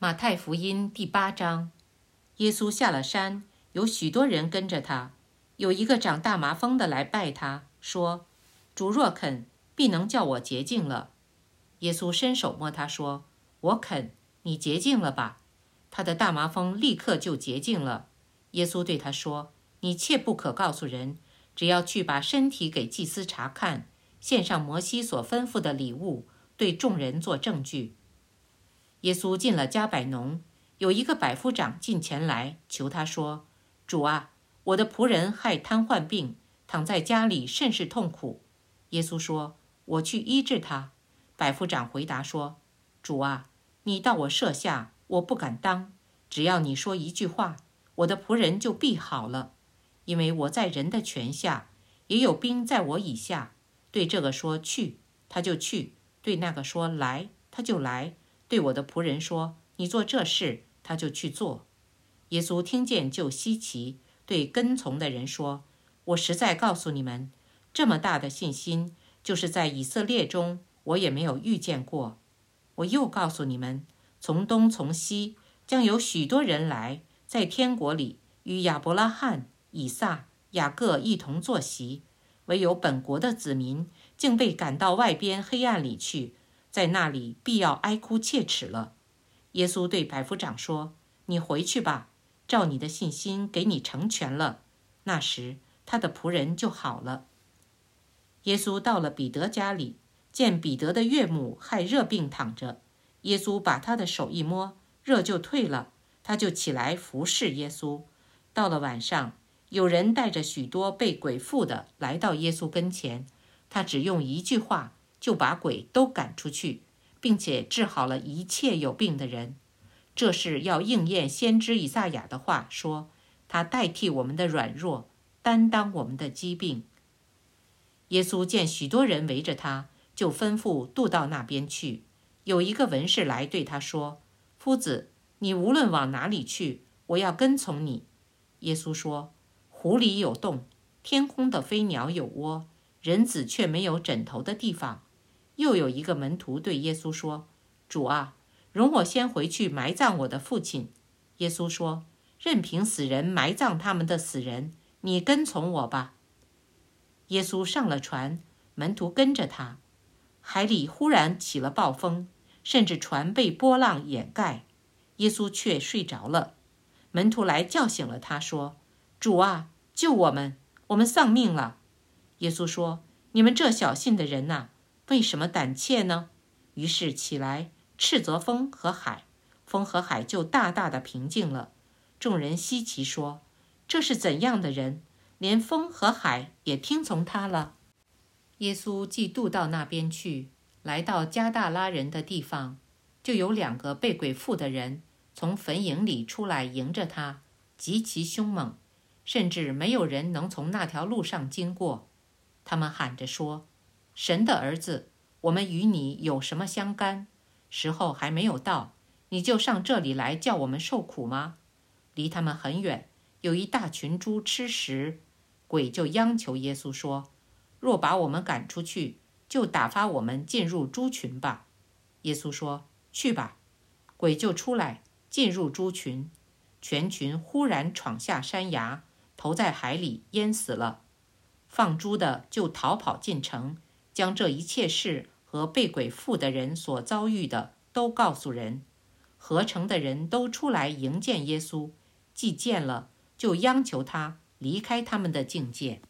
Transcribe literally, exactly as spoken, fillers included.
马太福音第八章，耶稣下了山，有许多人跟着他。有一个长大麻风的来拜他，说：“主若肯，必能叫我洁净了。”耶稣伸手摸他，说：“我肯，你洁净了吧。”他的大麻风立刻就洁净了。耶稣对他说：“你切不可告诉人，只要去把身体给祭司查看，献上摩西所吩咐的礼物，对众人做证据。”耶稣进了迦百农，有一个百夫长进前来求他说：“主啊，我的仆人害瘫痪病，躺在家里甚是痛苦。”耶稣说：“我去医治他。”百夫长回答说：“主啊，你到我舍下，我不敢当。只要你说一句话，我的仆人就必好了。因为我在人的权下，也有兵在我以下。对这个说去，他就去；对那个说来，他就来；对我的仆人说你做这事，他就去做。”耶稣听见就稀奇，对跟从的人说：“我实在告诉你们，这么大的信心，就是在以色列中我也没有遇见过。我又告诉你们，从东从西将有许多人来，在天国里与亚伯拉罕、以撒、雅各一同坐席，唯有本国的子民竟被赶到外边黑暗里去，在那里必要哀哭切齿了。”耶稣对百夫长说：“你回去吧，照你的信心给你成全了。”那时他的仆人就好了。耶稣到了彼得家里，见彼得的岳母害热病躺着，耶稣把他的手一摸，热就退了，他就起来服侍耶稣。到了晚上，有人带着许多被鬼附的来到耶稣跟前，他只用一句话就把鬼都赶出去，并且治好了一切有病的人。这是要应验先知以赛亚的话，说他代替我们的软弱，担当我们的疾病。耶稣见许多人围着他，就吩咐渡到那边去。有一个文士来对他说：“夫子，你无论往哪里去，我要跟从你。”耶稣说：“湖里有洞，天空的飞鸟有窝，人子却没有枕头的地方。”又有一个门徒对耶稣说：“主啊，容我先回去埋葬我的父亲。”耶稣说：“任凭死人埋葬他们的死人，你跟从我吧。”耶稣上了船，门徒跟着他。海里忽然起了暴风，甚至船被波浪掩盖，耶稣却睡着了。门徒来叫醒了他，说：“主啊，救我们，我们丧命了。”耶稣说：“你们这小信的人哪，为什么胆怯呢？”于是起来斥责风和海，风和海就大大的平静了。众人稀奇说：“这是怎样的人，连风和海也听从他了？”耶稣既渡到那边去，来到加大拉人的地方，就有两个被鬼附的人从坟茔里出来迎着他，极其凶猛，甚至没有人能从那条路上经过。他们喊着说：“神的儿子，我们与你有什么相干？时候还没有到，你就上这里来叫我们受苦吗？”离他们很远，有一大群猪吃食，鬼就央求耶稣说：“若把我们赶出去，就打发我们进入猪群吧。”耶稣说：“去吧。”鬼就出来，进入猪群，全群忽然闯下山崖，投在海里，淹死了。放猪的就逃跑进城，将这一切事和被鬼附的人所遭遇的都告诉人。合城的人都出来迎见耶稣，既见了，就央求他离开他们的境界。